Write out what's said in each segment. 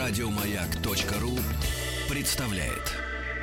Радиомаяк.ру представляет.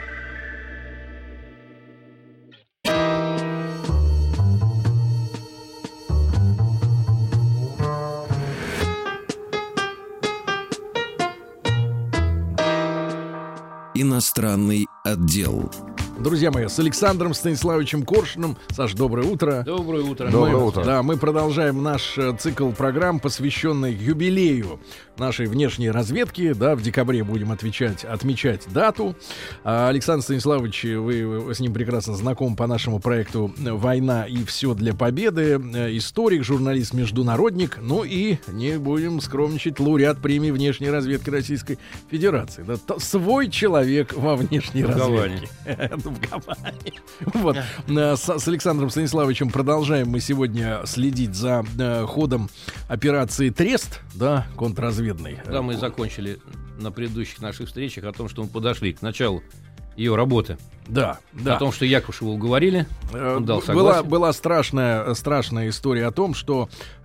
Иностранный отдел. Друзья мои, с Александром Станиславовичем Коршуном. Саш, доброе утро. Доброе утро. Доброе утро. Да, мы продолжаем наш цикл программ, посвященный юбилею нашей внешней разведки. Да, в декабре будем отмечать дату. Александр Станиславович, вы с ним прекрасно знакомы по нашему проекту «Война и все для победы». Историк, журналист, международник. Ну и, не будем скромничать, лауреат премии внешней разведки Российской Федерации. Да, свой человек во внешней разведке. В Гавайи. Вот. С Александром Станиславовичем продолжаем мы сегодня следить за ходом операции «Трест», да, контрразведной. Да, мы закончили на предыдущих наших встречах о том, что мы подошли к началу ее работы. Да. О том, что Якушева уговорили, он дал согласие. Была страшная история о том, что,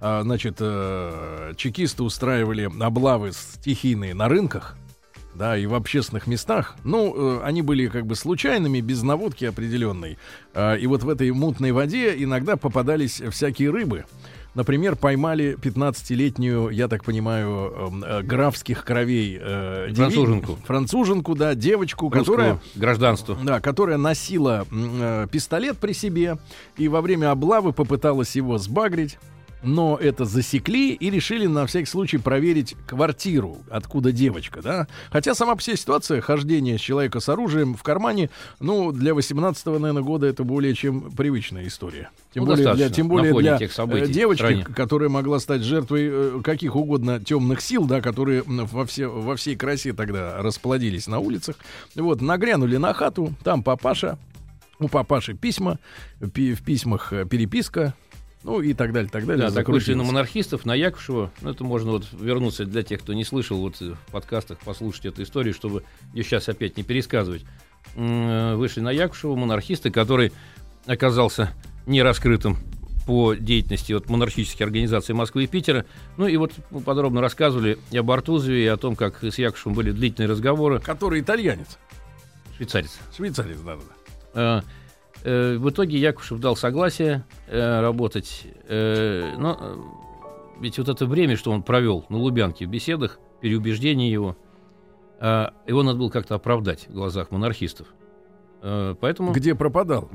чекисты устраивали облавы стихийные на рынках. Да, и в общественных местах. Ну, они были как бы случайными, без наводки определенной. И вот в этой мутной воде иногда попадались всякие рыбы. Например, поймали 15-летнюю, я так понимаю, графских кровей француженку, да, девочку, которая гражданство. Да, которая носила пистолет при себе и во время облавы попыталась его сбагрить. Но это засекли и решили на всякий случай проверить квартиру, откуда девочка, да. Хотя сама по себе ситуация, хождение человека с оружием в кармане, ну, для 18-го, наверное, года это более чем привычная история. Тем более для девочки, которая могла стать жертвой каких угодно темных сил, да, которые во всей красе тогда расплодились на улицах. Вот, нагрянули на хату, там папаша, у папаши письма, в письмах переписка. Ну и так далее, так далее. Да, так вышли на монархистов, на Якушева. Ну, это можно вот вернуться для тех, кто не слышал, вот в подкастах послушать эту историю, чтобы ее сейчас опять не пересказывать. Вышли на Якушева монархисты, который оказался нераскрытым по деятельности вот монархической организации Москвы и Питера. Ну и вот мы подробно рассказывали и об Артузове, и о том, как с Якушевым были длительные разговоры. Который итальянец. Швейцарец, да. В итоге Якушев дал согласие работать. Но ведь вот это время, что он провел на Лубянке в беседах, переубеждение его надо было как-то оправдать в глазах монархистов. Поэтому... Где пропадал?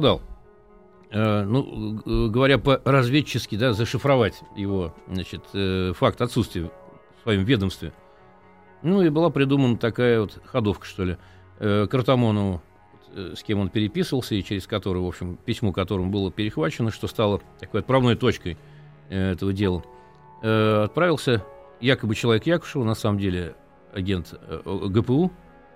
Говоря по-разведчески, да, зашифровать его, факт отсутствия в своем ведомстве. Ну и была придумана такая вот ходовка, что ли, Картамонову, с кем он переписывался, и через который, в общем, письмо которому было перехвачено, что стало такой отправной точкой этого дела. Отправился якобы человек Якушева, на самом деле агент ГПУ,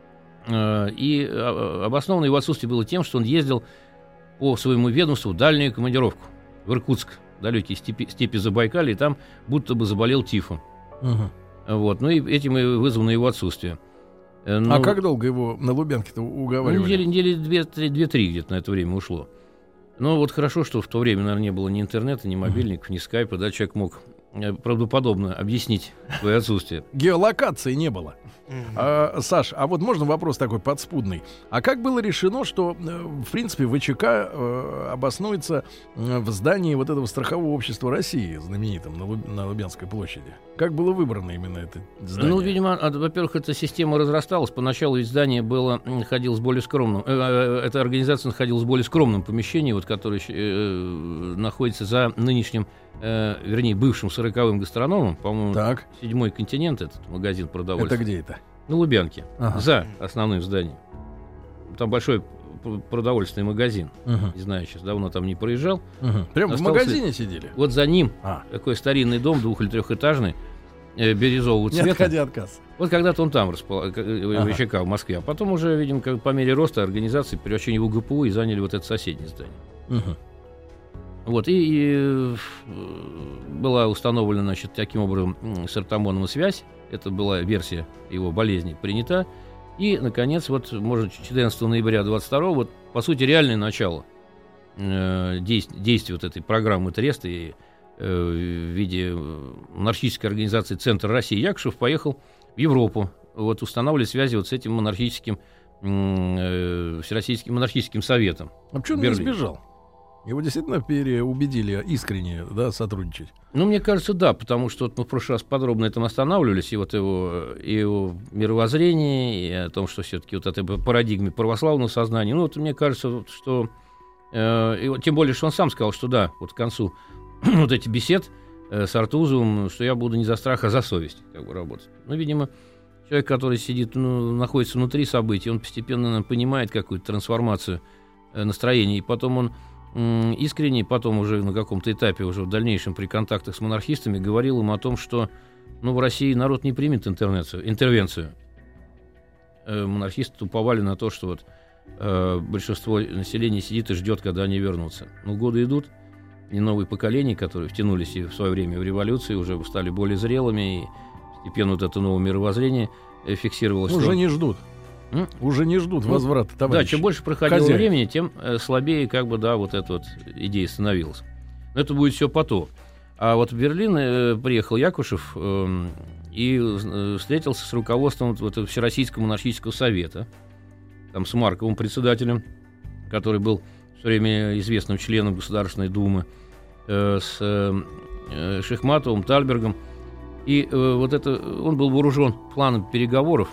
и обоснованно его отсутствие было тем, что он ездил по своему ведомству в дальнюю командировку в Иркутск, далекие степи Забайкалья, и там будто бы заболел тифом. Вот. Ну и этим и вызвано его отсутствие. А как долго его на Лубянке-то уговаривали? Недели 2-3 где-то на это время ушло. Но вот хорошо, что в то время, наверное, не было ни интернета, ни мобильников, ни скайпа, да, человек мог правдоподобно объяснить свое отсутствие. Геолокации не было. Саш, а вот можно вопрос такой подспудный. А как было решено, что, в принципе, ВЧК обоснуется в здании вот этого страхового общества России, знаменитом, на Лубянской площади? Как было выбрано именно это здание? Ну, видимо, во-первых, эта система разрасталась. Поначалу ведь здание находилось более скромным. Эта организация находилась в более скромном помещении, вот, которое находится за нынешним, бывшим 40-м гастрономом, по-моему, так. 7-й континент, этот магазин продовольствия. Это где это? На Лубянке, за основным зданием. Там большой продовольственный магазин. Не знаю, сейчас давно там не проезжал. Прямо в магазине сидели? Вот за ним такой старинный дом, 2- или 3-этажный, бирюзового цвета. Не отходя от кассы. Вот когда-то он там ВЧК в Москве. А потом уже, видимо, по мере роста организации превращения его ГПУ и заняли вот это соседнее здание. Вот, и была установлена, таким образом, с Артамоновым связь. Это была версия его болезни принята. И, наконец, вот, может, 14 ноября 22 вот, по сути, реальное начало действия вот этой программы Треста и в виде монархической организации «Центр России», Якушев поехал в Европу, вот, устанавливать связи вот с этим монархическим, Всероссийским монархическим советом. А почему он не сбежал? Его действительно переубедили искренне, да, сотрудничать? Ну, мне кажется, да, потому что вот мы в прошлый раз подробно этом останавливались, и вот его мировоззрение, и о том, что все-таки вот этой парадигме православного сознания. Ну, вот мне кажется, что... И вот, тем более, что он сам сказал, что да, вот к концу вот эти бесед с Артузовым, что я буду не за страх, а за совесть как бы работать. Ну, видимо, человек, который сидит, находится внутри событий, он постепенно, наверное, понимает какую-то трансформацию настроения, и потом он искренне, потом уже на каком-то этапе, уже в дальнейшем при контактах с монархистами, говорил им о том, что в России народ не примет интервенцию. Монархисты уповали на то, что вот, большинство населения сидит и ждет, когда они вернутся. Но годы идут, и новые поколения, которые втянулись и в свое время в революцию, уже стали более зрелыми, и постепенно вот это новое мировоззрение фиксировалось. Уже не ждут. Уже не ждут возврата, товарищи. Да, чем больше проходило времени, тем слабее как бы, да, вот эта вот идея становилась. Но это будет все потом. А вот в Берлин приехал Якушев и встретился с руководством вот этого Всероссийского монархического совета, там, с Марковым председателем, который был все время известным членом Государственной Думы, с Шихматовым, Тальбергом. И вот это, он был вооружен планом переговоров,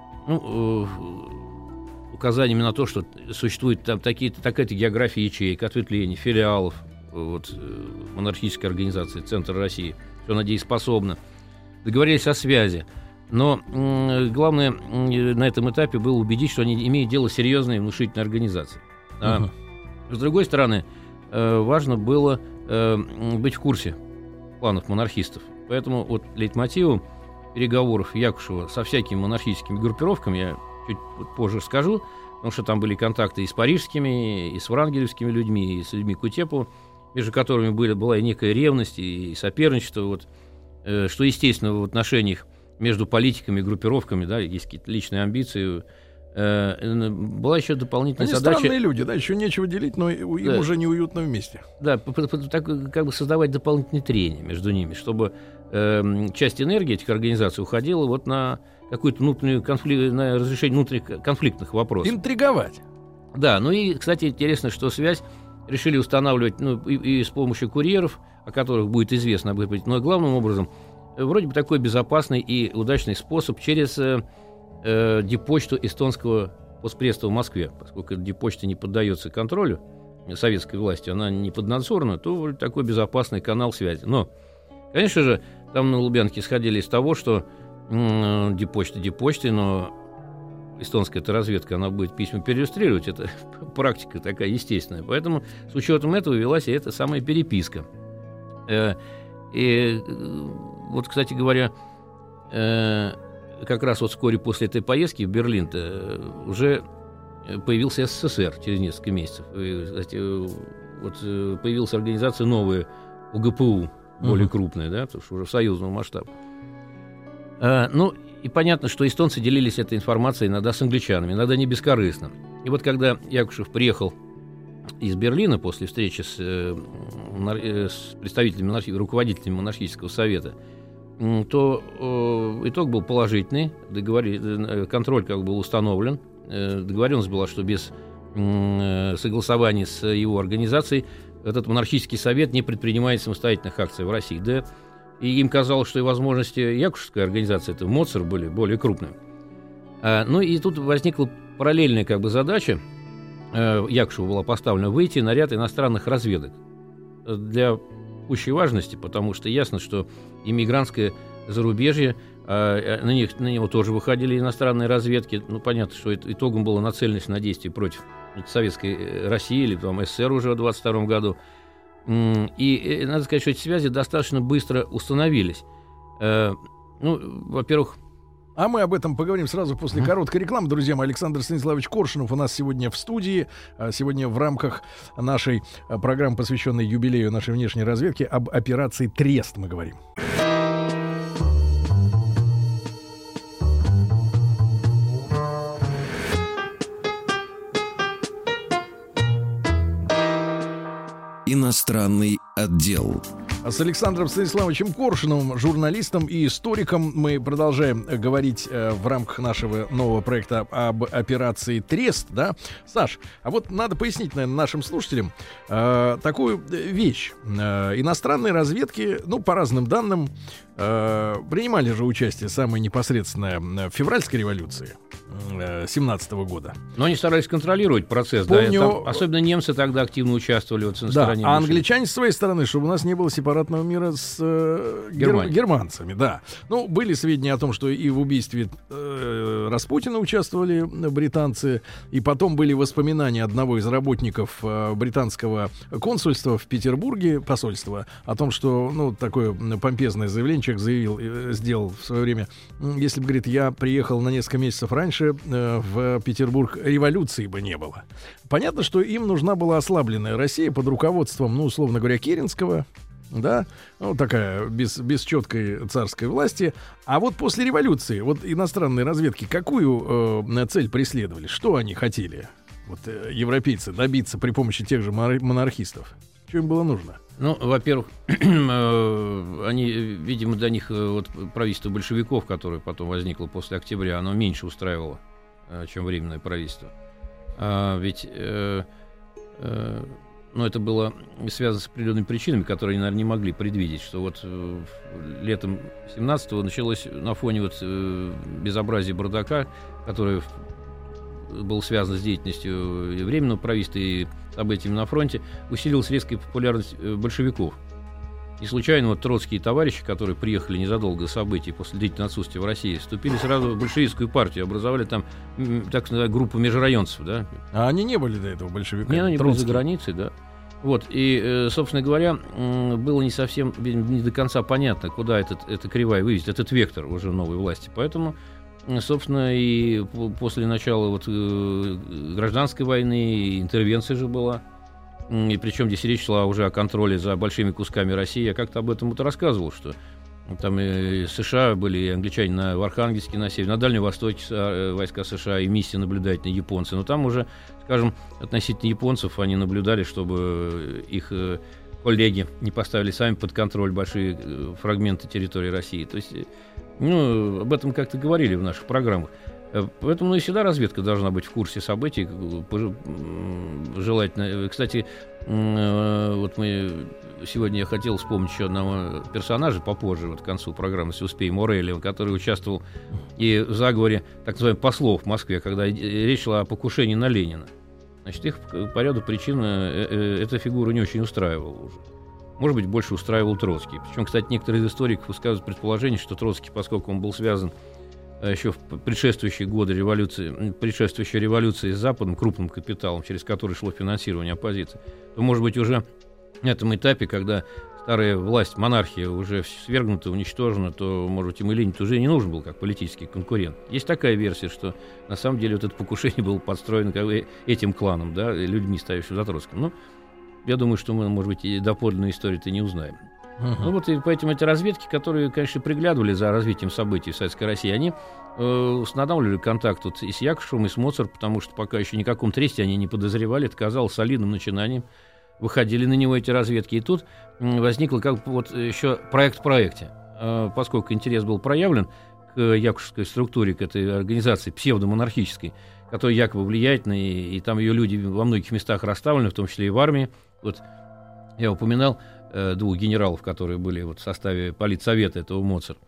указаниями на то, что существует там такая-то география ячеек, ответвлений, филиалов вот, монархической организации «Центр России», что она дееспособна. Договорились о связи. Но главное на этом этапе было убедить, что они имеют дело с серьезной и внушительной организацией. С другой стороны, важно было быть в курсе планов монархистов. Поэтому вот лейтмотивом переговоров Якушева со всякими монархическими группировками, я чуть позже скажу, потому что там были контакты и с парижскими, и с врангелевскими людьми, и с людьми Кутепова, между которыми была и некая ревность, и соперничество, вот, что естественно в отношениях между политиками и группировками, да, есть какие-то личные амбиции. Была еще дополнительная задача. Странные люди, да, еще нечего делить, но им уже неуютно вместе. Да, так, как бы создавать дополнительные трения между ними, чтобы часть энергии этих организаций уходила вот на какую-то внутреннюю на разрешение внутренних конфликтных вопросов. Интриговать. Да, ну и, кстати, интересно, что связь решили устанавливать и с помощью курьеров, о которых будет известно, но главным образом вроде бы такой безопасный и удачный способ через дипочту эстонского постпредства в Москве, поскольку дипочта не поддается контролю советской власти, она не поднадзорна, то вроде такой безопасный канал связи. Но, конечно же, там на Лубянке сходили из того, что дипочты, но эстонская-то разведка, она будет письма переиллюстрировать, это практика такая естественная. Поэтому с учетом этого велась и эта самая переписка. И вот, кстати говоря, как раз вот вскоре после этой поездки в Берлин-то уже появился СССР через несколько месяцев. И, кстати, вот появилась организация новая, УГПУ, более крупная, да, потому что уже союзного масштаба. Ну, и понятно, что эстонцы делились этой информацией иногда с англичанами, иногда не бескорыстно. И вот когда Якушев приехал из Берлина после встречи с представителями руководителями монархического совета, то итог был положительный, контроль как бы был установлен, договоренность была, что без согласования с его организацией этот монархический совет не предпринимает самостоятельных акций в России. Да, и им казалось, что и возможности якушевской организации, это МОЦАР, были более крупными. Ну и тут возникла параллельная как бы задача, Якушеву была поставлена выйти на ряд иностранных разведок. Для пущей важности, потому что ясно, что иммигрантское зарубежье, на него тоже выходили иностранные разведки. Ну, понятно, что итогом была нацеленность на действия против советской России или там, СССР уже в 1922 году. И надо сказать, что эти связи достаточно быстро установились. Ну, во-первых... А мы об этом поговорим сразу после короткой рекламы. Друзья мои, Александр Станиславович Коршунов у нас сегодня в студии. Сегодня в рамках нашей программы, посвященной юбилею нашей внешней разведки, об операции «Трест» мы говорим. Иностранный отдел. С Александром Станиславовичем Коршуновым, журналистом и историком, мы продолжаем говорить в рамках нашего нового проекта об операции «Трест». Да? Саш, а вот надо пояснить, наверное, нашим слушателям такую вещь. Иностранные разведки, ну, по разным данным, принимали же участие самое непосредственное в февральской революции 17 года. Но они старались контролировать процесс. Помню, да, там, особенно немцы тогда активно участвовали вот, на стороне. А англичане с своей стороны, чтобы у нас не было сепаратного мира с германцами. Да. Ну, были сведения о том, что и в убийстве Распутина участвовали британцы, и потом были воспоминания одного из работников британского консульства в Петербурге, посольства, о том, что, ну, такое помпезное заявление человек сделал в свое время. Если бы, говорит, я приехал на несколько месяцев раньше в Петербург, революции бы не было. Понятно, что им нужна была ослабленная Россия под руководством, ну, условно говоря, Керенского, да, ну, такая без четкой царской власти. А вот после революции, вот иностранные разведки какую цель преследовали? Что они хотели, вот, европейцы, добиться при помощи тех же монархистов? Что им было нужно? Ну, во-первых, они, видимо, для них вот, правительство большевиков, которое потом возникло после октября, оно меньше устраивало, чем временное правительство. Ведь ну, это было связано с определенными причинами, которые они, наверное, не могли предвидеть, что вот летом 17-го началось на фоне вот безобразия бардака, которое было связано с деятельностью и временного правительства, и событиями на фронте, усилилась резкая популярность большевиков. И случайно вот троцкие товарищи, которые приехали незадолго до событий после длительного отсутствия в России, вступили сразу в большевистскую партию, образовали там так называемую группу межрайонцев. Да? А они не были до этого большевиками? Нет, они были за границей, да. Вот, и, собственно говоря, было не совсем, не до конца понятно, куда эта кривая вывести, этот вектор уже новой власти. Поэтому, собственно, и после начала вот гражданской войны интервенция же была. И причем здесь речь шла уже о контроле за большими кусками России. Я как-то об этом вот рассказывал, что там и США были, и англичане в Архангельске, на севере, на Дальнем Востоке войска США и миссии наблюдательные японцы. Но там уже, скажем, относительно японцев они наблюдали, чтобы их коллеги не поставили сами под контроль большие фрагменты территории России. То есть, ну, об этом как-то говорили в наших программах. Поэтому и всегда разведка должна быть в курсе событий, желательно. Кстати, вот сегодня я хотел вспомнить еще одного персонажа попозже, вот к концу программы, если успеем, Морелли, который участвовал и в заговоре так называемых послов в Москве, когда речь шла о покушении на Ленина. Значит, их по ряду причин эта фигура не очень устраивала уже. Может быть, больше устраивал Троцкий. Причем, кстати, некоторые из историков высказывают предположение, что Троцкий, поскольку он был связан еще в предшествующие годы предшествующей революции с Западом, крупным капиталом, через который шло финансирование оппозиции, то, может быть, уже на этом этапе, когда старая власть, монархия уже свергнута, уничтожена, то, может быть, им и Ленин уже не нужен был как политический конкурент. Есть такая версия, что на самом деле вот это покушение было подстроено как бы этим кланом, да, людьми, стоящими за Троцким. Ну, я думаю, что мы, может быть, и доподлинную историю-то не узнаем. Ну вот и поэтому эти разведки, которые, конечно, приглядывали за развитием событий в Советской России, они устанавливали контакт вот и с Якушевым, и с Моцартом, потому что пока еще ни о каком тресте они не подозревали, это казалось солидным начинанием. Выходили на него эти разведки, и тут возникло как вот еще проект в проекте. Поскольку интерес был проявлен к якушевской структуре, к этой организации псевдомонархической, которая якобы влиятельна, и там ее люди во многих местах расставлены, в том числе и в армии. Вот я упоминал двух генералов, которые были вот в составе политсовета этого Моцарта,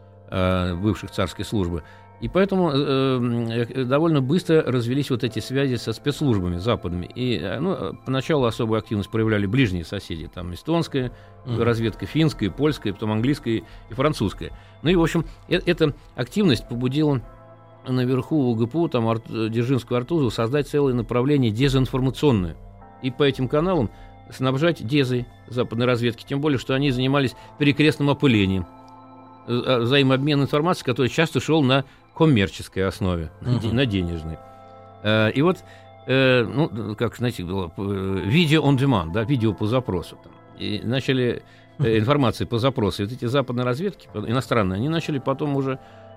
бывших царской службы. И поэтому довольно быстро развелись вот эти связи со спецслужбами западными. И поначалу особую активность проявляли ближние соседи. Там эстонская разведка, финская, польская, потом английская и французская. Ну и, в общем, эта активность побудила наверху УГПУ, там Дзержинскую, Артузову, создать целое направление дезинформационное. И по этим каналам снабжать дезой западной разведки, тем более, что они занимались перекрестным опылением, взаимообмен информацией, который часто шел на коммерческой основе, на денежной. И вот, как, знаете, было видео on demand, да, видео по запросу. Там. И начали информации по запросу. И вот эти западные разведки, иностранные, они начали потом уже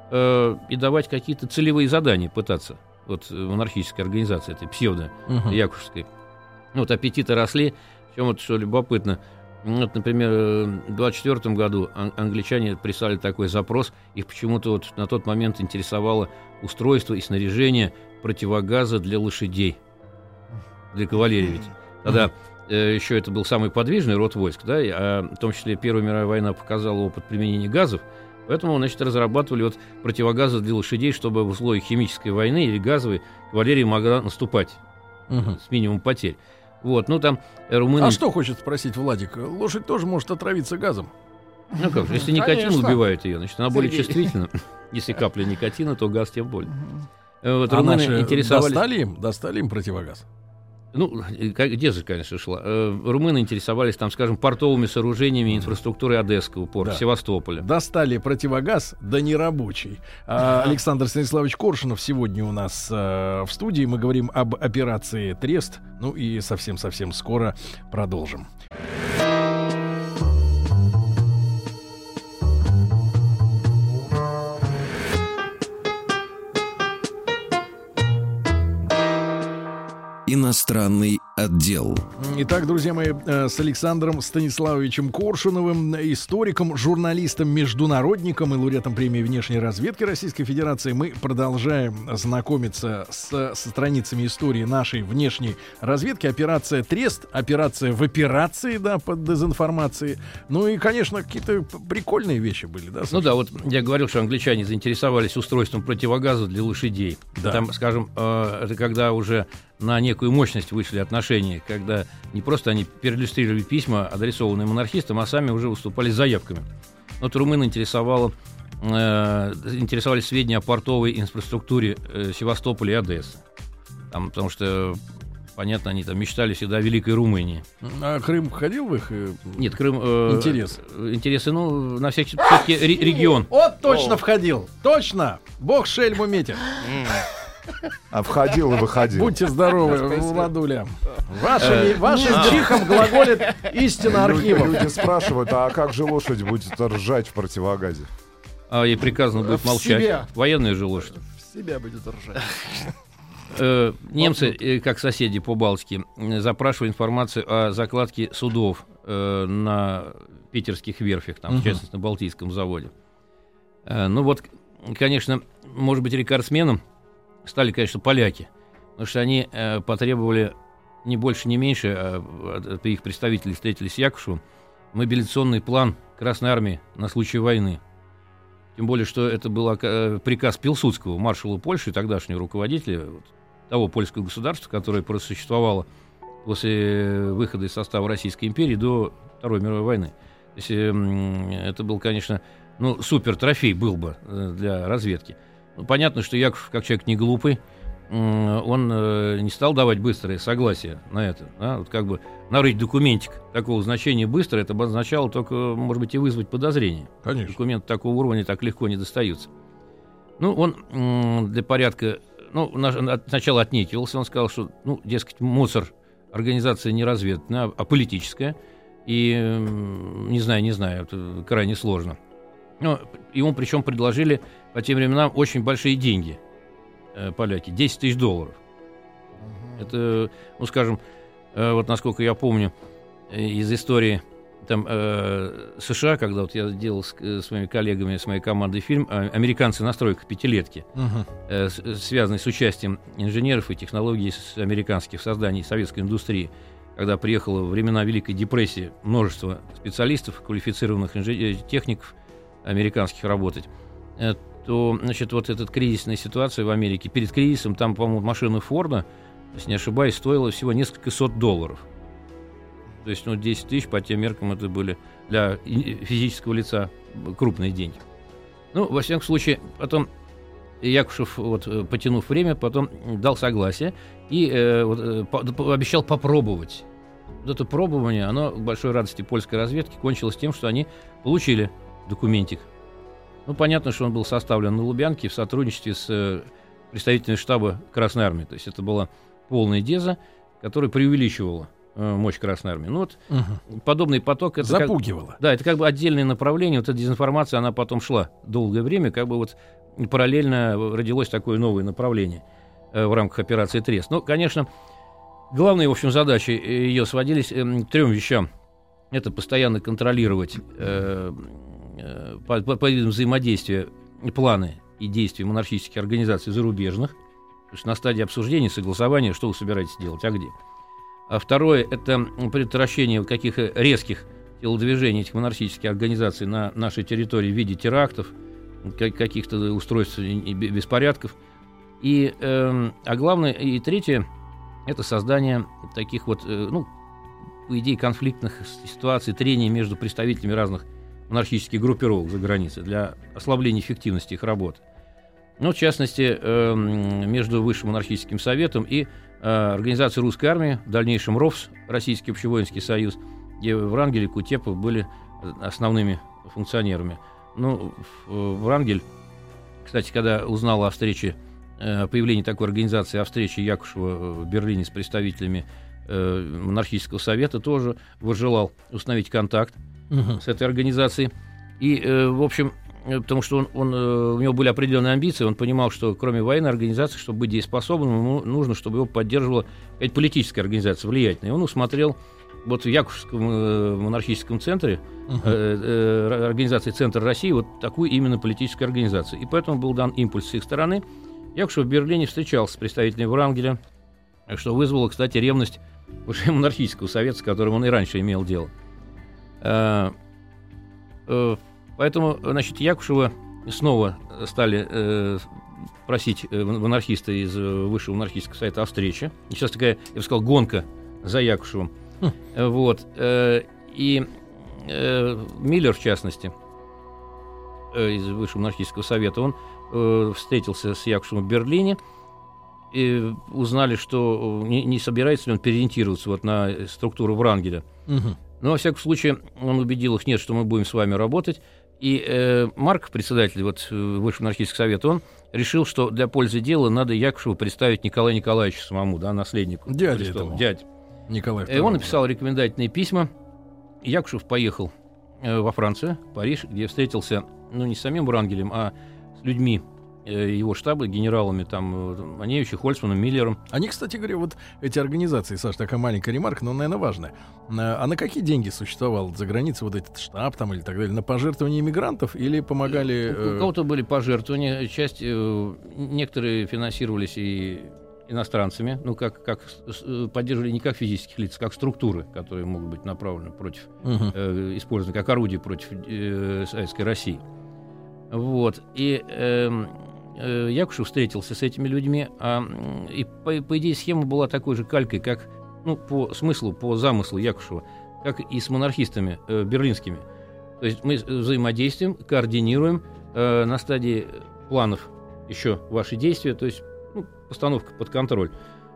и давать какие-то целевые задания пытаться. Вот монархической организации, этой псевдо-якушевской. Вот аппетиты росли. Причем, вот, что любопытно, Вот, например, в 1924 году англичане прислали такой запрос. Их почему-то вот на тот момент интересовало устройство и снаряжение противогаза для лошадей, для кавалерии. Ведь тогда еще это был самый подвижный род войск, да, а в том числе Первая мировая война показала опыт применения газов. Поэтому, значит, разрабатывали вот противогазы для лошадей, чтобы в условиях химической войны или газовой кавалерия могла наступать с минимумом потерь. Вот, ну там румыны... А что хочет спросить Владик? Лошадь тоже может отравиться газом. Ну как же, если никотин убивает ее, значит, она более чувствительна. Если капля никотина, то газ тем более. Вот, румыны интересовались... достали им противогаз? Ну, где же, конечно, шла. Румыны интересовались, там, скажем, портовыми сооружениями, инфраструктурой Одесского порта, да. Севастополя. Достали противогаз, да не рабочий. Александр Станиславович Коршунов сегодня у нас в студии. Мы говорим об операции «Трест». Ну и совсем-совсем скоро продолжим. Иностранный отдел. Итак, друзья мои, с Александром Станиславовичем Коршуновым, историком, журналистом, международником и лауреатом премии внешней разведки Российской Федерации, мы продолжаем знакомиться со страницами истории нашей внешней разведки. Операция «Трест», операция в операции, да, под дезинформацией. Ну и, конечно, какие-то прикольные вещи были, да? Ну да, вот я говорил, что англичане заинтересовались устройством противогаза для лошадей. Да. Там, скажем, это когда уже на некую мощность вышли отношения, когда не просто они переиллюстрировали письма, адресованные монархистам, а сами уже выступали с заявками. Вот румын интересовались сведения о портовой инфраструктуре Севастополя и Одессы. Там, потому что, понятно, они там мечтали всегда о Великой Румынии. А Крым входил в их Нет, Крым... Интересы, ну, на всякий случай, регион. Вот точно входил! Точно! Бог шельму метит. А входил и выходил. Будьте здоровы, Владуля. Вашим чихом глаголит истина архивов. Люди спрашивают, а как же лошадь будет ржать в противогазе? А ей приказано будет молчать. Военная же лошадь. В себя будет ржать. Немцы, как соседи по Балтике, запрашивали информацию о закладке судов на питерских верфях, там, в частности, на Балтийском заводе. Ну вот, конечно, может быть, рекордсменом стали, конечно, поляки, потому что они потребовали не больше, не меньше, их представители встретились с Якушевым, мобилизационный план Красной Армии на случай войны. Тем более, что это был приказ Пилсудского, маршала Польши, тогдашнего руководителя того польского государства, которое просуществовало после выхода из состава Российской империи до Второй мировой войны. То есть, это был, конечно, супер трофей был бы для разведки. Понятно, что Якушев, как человек не глупый, он не стал давать быстрое согласие на это. Да? Вот как бы нарыть документик такого значения быстро, это бы означало только, может быть, и вызвать подозрение. Конечно. Документы такого уровня так легко не достаются. Ну, он для порядка... сначала отнекивался, он сказал, что, дескать, Муцер организация не разведная, а политическая. И не знаю, это крайне сложно. Ему причем предложили по тем временам очень большие деньги, поляки, $10 000. Это, скажем, вот насколько я помню из истории там, США, когда вот я делал с моими коллегами, с моей командой фильм «Американцы на стройках пятилетки», связанный с участием инженеров и технологий американских в создании советской индустрии, когда приехало во времена Великой депрессии множество специалистов, квалифицированных техников американских работать, то, значит, вот эта кризисная ситуация в Америке, перед кризисом там, по-моему, машина Форда, если не ошибаюсь, стоила всего несколько сот $. То есть, 10 000 по тем меркам это были для физического лица крупные деньги. Во всяком случае, потом Якушев, потянув время, потом дал согласие и обещал попробовать. Вот это пробование, оно, к большой радости польской разведки, кончилось тем, что они получили документик. Понятно, что он был составлен на Лубянке в сотрудничестве с представителями штаба Красной Армии. То есть это была полная деза, которая преувеличивала мощь Красной Армии. Подобный поток... Это запугивало. Это как бы отдельное направление. Вот эта дезинформация, она потом шла долгое время, как бы параллельно родилось такое новое направление в рамках операции «Трест». Конечно, главные, в общем, задачи ее сводились к 3 вещам. это постоянно контролировать по видам взаимодействия планы и действия монархических организаций зарубежных, то есть на стадии обсуждения, согласования, что вы собираетесь делать, а где. А второе – это предотвращение каких-то резких телодвижений этих монархических организаций на нашей территории в виде терактов, каких-то устройств и беспорядков. А главное, и третье – это создание таких вот, по идее, конфликтных ситуаций, трений между представителями разных монархических группировок за границей для ослабления эффективности их работы. В частности, между Высшим монархическим советом и организацией русской армии, в дальнейшем РОВС, Российский общевоинский союз, где Врангель и Кутепов были основными функционерами. Врангель, кстати, когда узнал о встрече, появлении такой организации, о встрече Якушева в Берлине с представителями монархического совета, тоже возжелал установить контакт с этой организацией. И, в общем, потому что у него были определенные амбиции, он понимал, что кроме военной организации, чтобы быть дееспособным, ему нужно, чтобы его поддерживала какая-то политическая организация, влиятельная. И он усмотрел вот в Якушевском монархическом центре, организации «Центр России», вот такую именно политическую организацию. И поэтому был дан импульс с их стороны. Якушев в Берлине встречался с представителями Врангеля, что вызвало, кстати, ревность уже монархического совета, с которым он и раньше имел дело. Поэтому, значит, Якушева снова стали просить монархисты из Высшего монархического совета о встрече. Сейчас такая, я бы сказал, гонка за Якушевым. Вот. И Миллер, в частности, из Высшего монархического совета, он встретился с Якушевым в Берлине, и узнали, что не собирается ли он переориентироваться вот на структуру Врангеля. Но, во всяком случае, он убедил их, нет, что мы будем с вами работать. И Марков, председатель Высшего монархического совета, он решил, что для пользы дела надо Якушеву представить Николаю Николаевичу самому, да, наследнику. Дядя Николай II. Он написал рекомендательные письма. Якушев поехал во Францию, в Париж, где встретился, не с самим Врангелем, а с людьми его штаба, генералами, там, Маневичем, Хольцманом, Миллером. Они, кстати говоря, вот эти организации, Саш, такая маленькая ремарка, но, наверное, важная. А на какие деньги существовал за границей вот этот штаб там или так далее? На пожертвования иммигрантов или помогали... У кого-то были пожертвования, часть, некоторые финансировались и иностранцами, как поддерживали не как физических лиц, как структуры, которые могут быть направлены против, использованы как орудие против Советской России. Вот. И Якушев встретился с этими людьми, и по идее схема была такой же калькой, как по смыслу, по замыслу Якушева, как и с монархистами берлинскими. То есть мы взаимодействуем, координируем на стадии планов еще ваши действия, то есть постановка под контроль,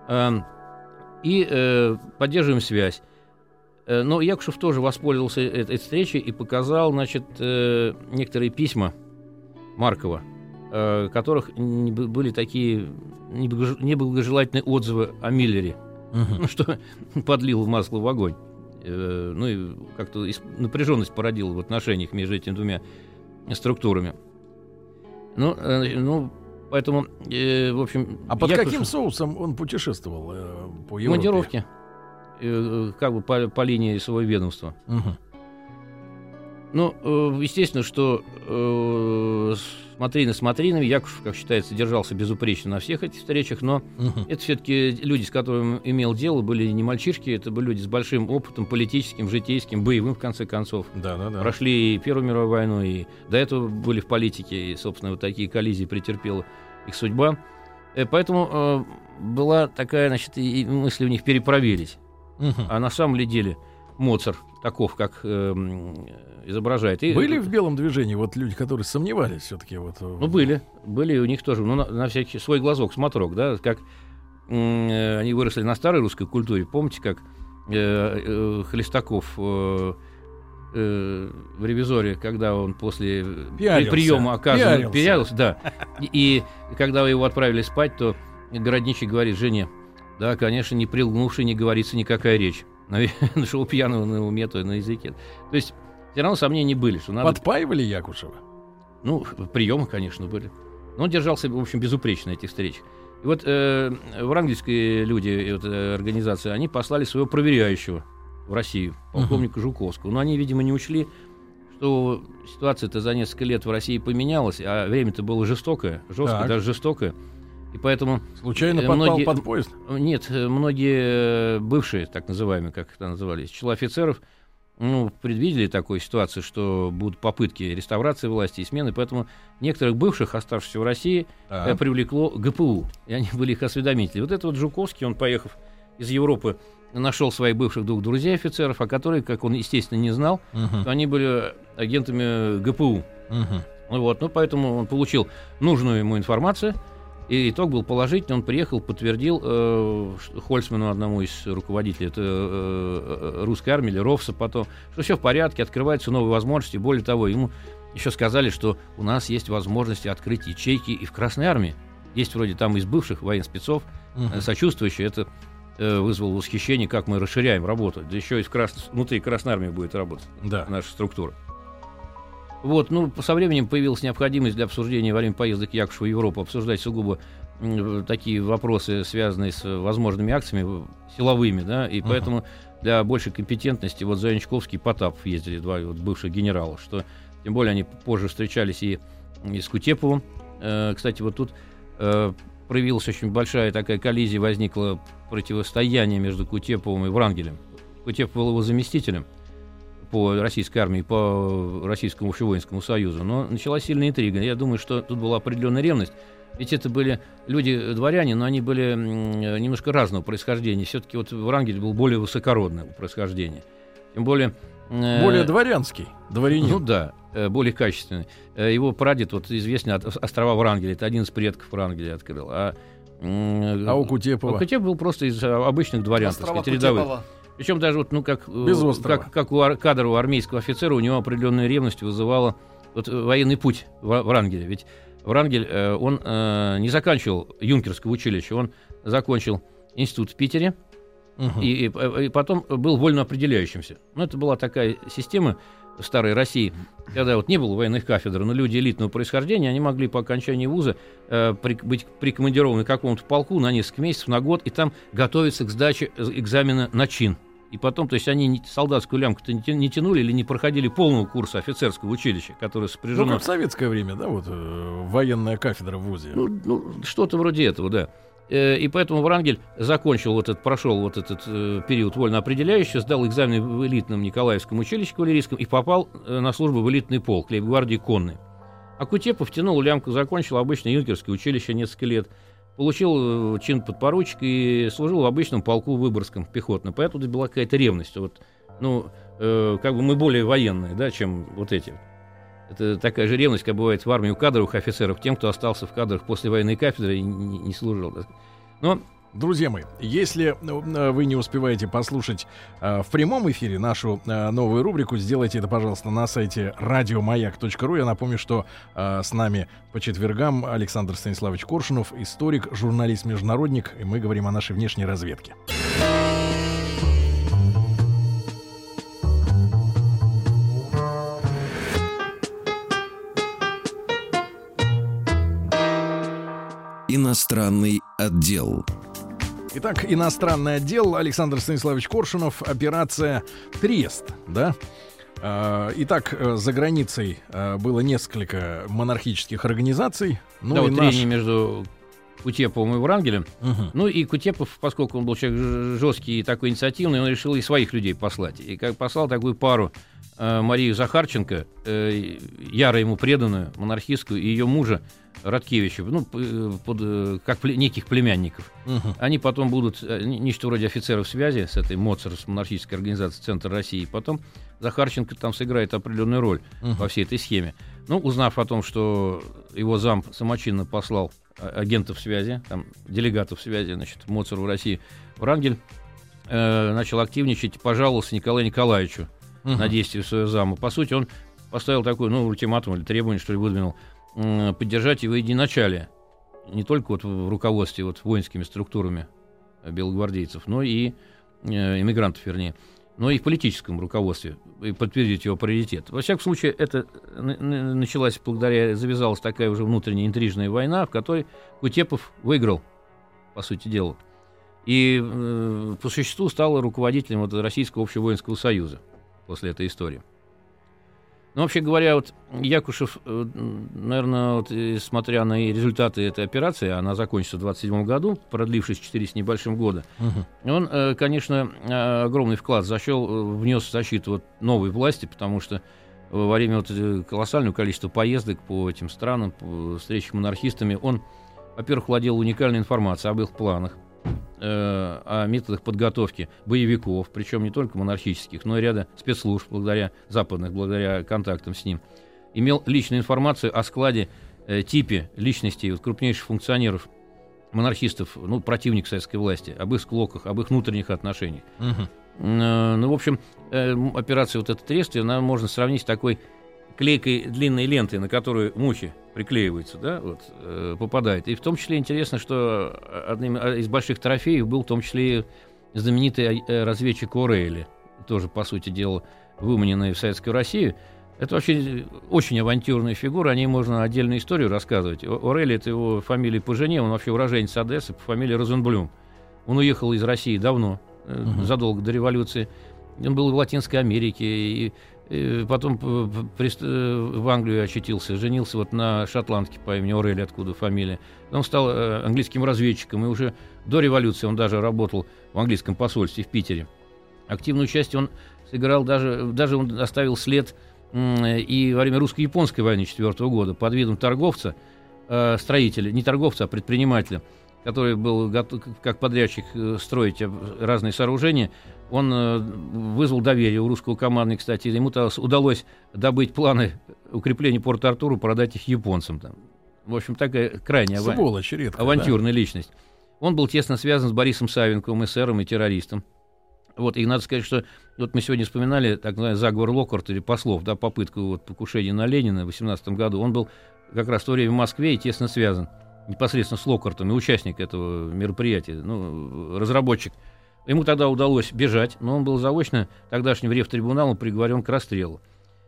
и поддерживаем связь. Но Якушев тоже воспользовался этой встречей и показал, значит, некоторые письма Маркова, в которых были такие неблагожелательные отзывы о Миллере, что подлило масло в огонь. И как-то напряженность породила в отношениях между этими двумя структурами. Поэтому, в общем... А под каким соусом он путешествовал по Европе? Командировки, как бы по линии своего ведомства. Естественно, что смотринами Якушев, как считается, держался безупречно на всех этих встречах, но это все-таки люди, с которыми имел дело, были не мальчишки, это были люди с большим опытом политическим, житейским, боевым, в конце концов. Да. Прошли и Первую мировую войну, и до этого были в политике, и, собственно, вот такие коллизии претерпела их судьба. Поэтому была такая, значит, и мысль у них перепроверить. А на самом ли деле Моцарт таков, как изображает. Были в белом движении вот люди, которые сомневались все-таки? Были у них тоже, на всякий свой глазок, смотрок, да, как они выросли на старой русской культуре. Помните, как Хлестаков в «Ревизоре», когда он после приема оказывается, пиарился, да, и когда его отправили спать, то городничий говорит жене: да, конечно, не прилгнувший не говорится никакая речь. Нашел пьяного на уме, то на языке. То есть все равно сомнения были, что надо... Подпаивали Якушева? Приемы, конечно, были. Но он держался, в общем, безупречно на этих встречах. И вот врангельские люди, организации, они послали своего проверяющего в Россию, полковника Жуковского. Но они, видимо, не учли, что ситуация-то за несколько лет в России поменялась, а время-то было жестокое, жесткое, даже жестокое. И поэтому... Случайно попал под поезд? Нет, многие бывшие, так называемые, как это назывались, число офицеров, предвидели такую ситуацию, что будут попытки реставрации власти и смены, поэтому некоторых бывших, оставшихся в России, привлекло ГПУ, и они были их осведомители. Вот это вот Жуковский, он, поехав из Европы, нашел своих бывших двух друзей офицеров, а которые, как он, естественно, не знал, что они были агентами ГПУ. Поэтому он получил нужную ему информацию, и итог был положительный. Он приехал, подтвердил Хольцману, одному из руководителей русской армии, или РОВСа потом, что все в порядке, открываются новые возможности. Более того, ему еще сказали, что у нас есть возможности открыть ячейки и в Красной армии. Есть вроде там из бывших военспецов сочувствующие. Это вызвало восхищение, как мы расширяем работу. Да еще и внутри Красной армии будет работать наша структура. Со временем появилась необходимость для обсуждения во время поездок Якушева в Европу обсуждать сугубо такие вопросы, связанные с возможными акциями силовыми, и поэтому для большей компетентности Заянчковский и Потапов ездили, два бывших генерала, что тем более они позже встречались и с Кутеповым. Кстати, тут проявилась очень большая такая коллизия, возникло противостояние между Кутеповым и Врангелем. Кутепов был его заместителем по российской армии, по Российскому общевоинскому союзу. Но началась сильная интрига. Я думаю, что тут была определенная ревность. Ведь это были люди-дворяне, но они были немножко разного происхождения. Все-таки Врангель был более высокородного происхождения. Тем более... более дворянский, дворянин. Более качественный. Его прадед, известный острова Врангеля, это один из предков Врангеля открыл. А у Кутепова? Кутепов был просто из обычных дворян, так сказать, рядовых. Причем даже как у кадрового армейского офицера, у него определенная ревность вызывала военный путь Врангеля. Ведь Врангель, он не заканчивал юнкерское училище, он закончил институт в Питере, и потом был вольно определяющимся. Это была такая система в старой России, когда не было военных кафедр, но люди элитного происхождения, они могли по окончании вуза быть прикомандированы к какому-то полку на несколько месяцев, на год, и там готовиться к сдаче экзамена на чин. И потом, то есть они солдатскую лямку-то не тянули или не проходили полного курса офицерского училища, которое сопряжено... как в советское время, военная кафедра в вузе. Что-то вроде этого, да. И поэтому Врангель прошел этот период вольно определяющий, сдал экзамен в элитном Николаевском училище кавалерийском и попал на службу в элитный полк, лейб-гвардии конной. А Кутепов тянул лямку, закончил обычное юнкерское училище несколько лет, получил чин подпоручика и служил в обычном полку Выборгском пехотном. Поэтому была какая-то ревность. Мы более военные, чем эти. Это такая же ревность, как бывает в армии у кадровых офицеров, тем, кто остался в кадрах после военной кафедры и не служил. Но... Друзья мои, если вы не успеваете послушать в прямом эфире нашу новую рубрику, сделайте это, пожалуйста, на сайте радиомаяк.ру. Я напомню, что с нами по четвергам Александр Станиславович Коршунов, историк, журналист-международник, и мы говорим о нашей внешней разведке. Иностранный отдел. Итак, иностранный отдел, Александр Станиславович Коршунов, операция «Трест», Итак, за границей было несколько монархических организаций. Трение между Кутеповым и Врангелем. И Кутепов, поскольку он был человек жесткий и такой инициативный, он решил и своих людей послать. И послал такую пару Марию Захарченко, яро ему преданную, монархистскую, и ее мужа Радкевича, как неких племянников. Они потом будут нечто вроде офицеров связи с этой МОЦАР, с монархической организацией «Центр России». Потом Захарченко там сыграет определенную роль во всей этой схеме. Узнав о том, что его зам самочинно послал агентов связи, делегатов связи, МОЦАР в России, Врангель начал активничать, пожаловался Николаю Николаевичу на действия своего зама. По сути, он поставил такой, ультиматум или требование, что ли, выдвинул, поддержать его единоначалие. Не только в руководстве воинскими структурами белогвардейцев, но и эмигрантов, вернее, но и в политическом руководстве, и подтвердить его приоритет. Во всяком случае, это завязалась такая уже внутренняя интрижная война, в которой Кутепов выиграл, по сути дела. И по существу стал руководителем вот Российского общего воинского союза после этой истории. Но вообще говоря, вот Якушев, наверное, вот, смотря на результаты этой операции, она закончится в 1927 году, продлившись 4 с небольшим года, он, конечно, огромный вклад внес в защиту вот новой власти, потому что во время вот колоссального количества поездок по этим странам, по встречам с монархистами, он, во-первых, владел уникальной информацией об их планах, о методах подготовки боевиков, причем не только монархических, но и ряда спецслужб, благодаря контактам с ним. Имел личную информацию о складе, типе личностей вот, крупнейших функционеров, монархистов, противников советской власти, об их склоках, об их внутренних отношениях. В общем, операция вот эта трестия, она можно сравнить с такой клейкой длинной лентой, на которую мухи приклеиваются, да, вот, попадает. И в том числе интересно, что одним из больших трофеев был в том числе и знаменитый разведчик Орейли, тоже, по сути дела, выманенный в Советскую Россию. Это вообще очень авантюрная фигура, о ней можно отдельную историю рассказывать. Орейли — это его фамилия по жене, он вообще уроженец Одессы, по фамилии Розенблюм. Он уехал из России давно, задолго до революции. Он был в Латинской Америке, и потом в Англию очутился, женился вот на шотландке по имени Орейли, откуда фамилия. Он стал английским разведчиком, и уже до революции он даже работал в английском посольстве в Питере. Активную часть он сыграл, даже он оставил след и во время русско-японской войны 1904 года под видом торговца, строителя, не торговца, а предпринимателя, который был готов, как подрядчик, строить разные сооружения. Он вызвал доверие у русского командования, кстати. Ему удалось добыть планы укрепления Порт-Артура, продать их японцам. Там. В общем, такая крайне авантюрная личность. Он был тесно связан с Борисом Савенковым, эсером и террористом. Вот, и надо сказать, что вот мы сегодня вспоминали так называемый заговор Локкарта или Послов, да, попытку вот, покушения на Ленина в 18 году. Он был как раз в то время в Москве и тесно связан непосредственно с Локкартом и участник этого мероприятия, разработчик. Ему тогда удалось бежать, но он был заочно тогдашним ревтрибуналом приговорен к расстрелу.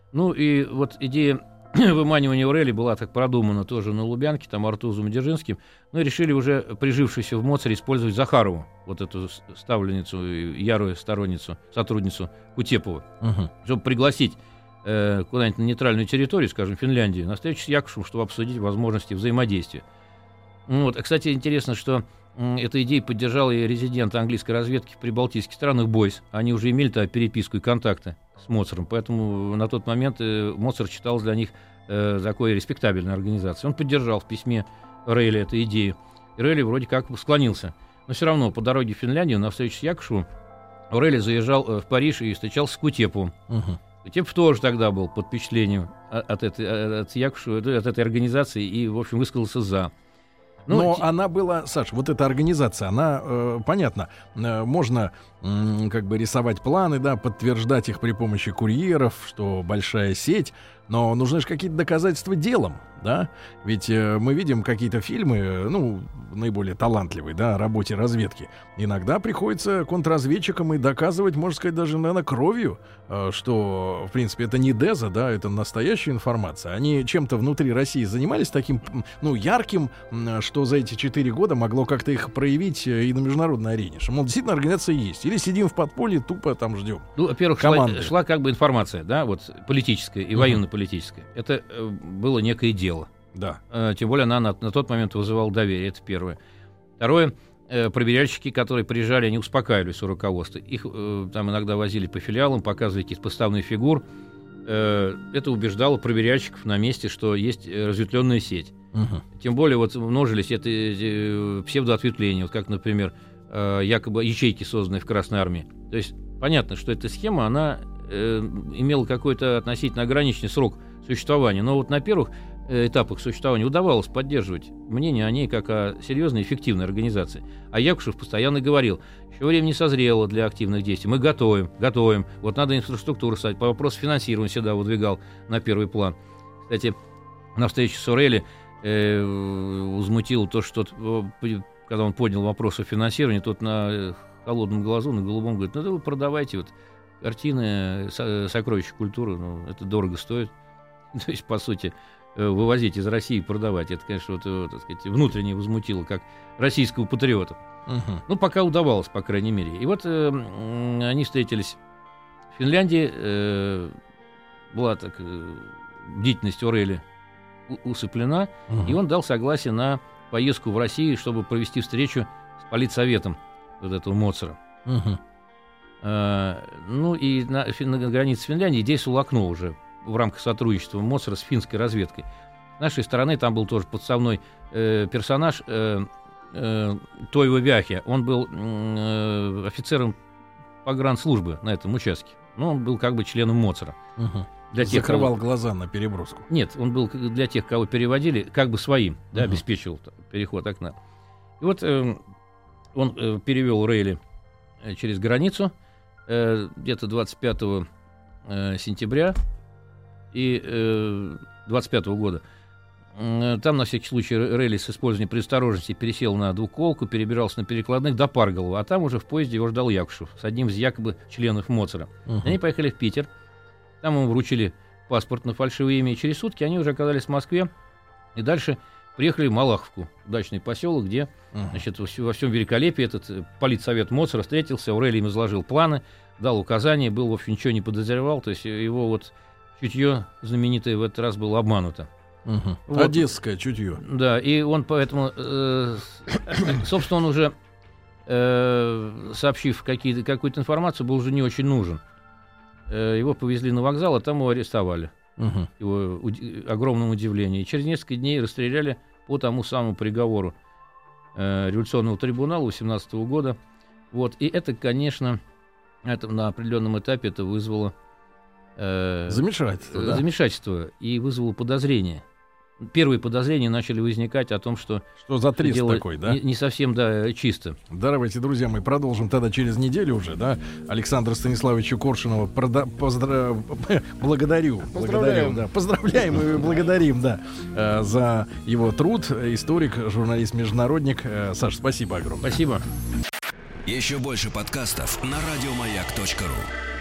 И вот идея выманивания Орейли была так продумана тоже на Лубянке, там Артузом и Дзержинским, и решили уже прижившуюся в Моцаре использовать Захарову, вот эту ставленницу, ярую сторонницу, сотрудницу Кутепова, чтобы пригласить куда-нибудь на нейтральную территорию, скажем, Финляндию, на встречу с Якушевым, чтобы обсудить возможности взаимодействия. Кстати, интересно, что эту идею поддержал и резидент английской разведки в прибалтийских странах Бойс. Они уже имели переписку и контакты с Моцаром, поэтому на тот момент Моцарт считал для них такой респектабельной организацией. Он поддержал в письме Орейли эту идею. И Орейли вроде как склонился. Но все равно по дороге в Финляндию на встречу с Якушевым Орейли заезжал в Париж и встречался с Кутеповым. Кутепов тоже тогда был под впечатлением от Якушева, от этой организации и, в общем, высказался «за». Но она была, Саш, вот эта организация, она, понятно, можно как бы рисовать планы, да, подтверждать их при помощи курьеров, что большая сеть, но нужны же какие-то доказательства делом, да, ведь мы видим какие-то фильмы, наиболее талантливые, да, о работе разведки. Иногда приходится контрразведчикам и доказывать, можно сказать, даже, наверное, кровью, что, в принципе, это не деза, да, это настоящая информация. Они чем-то внутри России занимались таким, ярким, что за эти 4 года могло как-то их проявить и на международной арене, что, мол, действительно организация есть. Или сидим в подполье, тупо там ждем. Во-первых, шла как бы информация, да, вот политическая и военно-политическая. Это было некое дело. Да. Тем более она на тот момент вызывала доверие, это первое. Второе, проверяльщики, которые приезжали, они успокаивались у руководства. Их там иногда возили по филиалам, показывали каких-то подставных фигур. Это убеждало проверяльщиков на месте, что есть разветвленная сеть. Тем более вот множились это псевдоответвления, вот как, например, якобы ячейки, созданные в Красной армии. То есть понятно, что эта схема, она имела какой-то относительно ограниченный срок существования. Но вот на первых этапах существования удавалось поддерживать мнение о ней как о серьезной и эффективной организации. А Якушев постоянно говорил, еще время не созрело для активных действий. Мы готовим. Вот надо инфраструктуру ставить. По вопросу финансирования всегда выдвигал на первый план. Кстати, на встрече с Орейли возмутило то, что когда он поднял вопрос о финансировании, тот на холодном глазу, на голубом говорит, да вы продавайте вот картины, сокровища культуры, это дорого стоит. То есть, по сути, вывозить из России и продавать. Это, конечно, так сказать, внутренне возмутило, как российского патриота. Ну, пока удавалось, по крайней мере. И вот они встретились в Финляндии. Была так бдительность Орели усыплена, и он дал согласие на поездку в Россию, чтобы провести встречу с политсоветом вот этого Моцара. Ну и на границе Финляндии действовал окно уже в рамках сотрудничества Моцара с финской разведкой. С нашей стороны там был тоже подставной персонаж Тойво Вяхе. Он был офицером погранслужбы на этом участке. Но он был как бы членом Моцара. Для тех, закрывал глаза на переброску. Нет, он был для тех, кого переводили, как бы своим, да, обеспечивал переход окна. И вот он перевел Рейли через границу где-то 25 сентября и 25 года. Там, на всякий случай, Рейли с использованием предосторожности пересел на двуколку, перебирался на перекладных до Парголова, а там уже в поезде его ждал Якушев с одним из якобы членов Моцара. Они поехали в Питер, там ему вручили паспорт на фальшивое имя, и через сутки они уже оказались в Москве, и дальше приехали в Малаховку, дачный поселок, где, значит, во всем великолепии этот политсовет Моцара встретился, Аурелий им изложил планы, дал указания, был, в общем, ничего не подозревал, то есть его вот чутье знаменитое в этот раз было обмануто. Вот. Одесское чутье. Да, и он поэтому, собственно, он уже, сообщив какую-то информацию, был уже не очень нужен. Его повезли на вокзал, а там его арестовали. Его огромному удивлению. И через несколько дней расстреляли по тому самому приговору революционного трибунала 18 года. Вот. И это, конечно, на определенном этапе это вызвало замешательство, да? Замешательство и вызвало подозрения. Первые подозрения начали возникать о том, что за трес такой, да? Не совсем, да, чисто. Давайте, друзья, мы продолжим тогда через неделю уже, да? Александра Станиславовича Коршунова поздравляем и благодарим, да, за его труд. Историк, журналист, международник. Саш, спасибо огромное. Спасибо. Еще больше подкастов на радиомаяк.ру.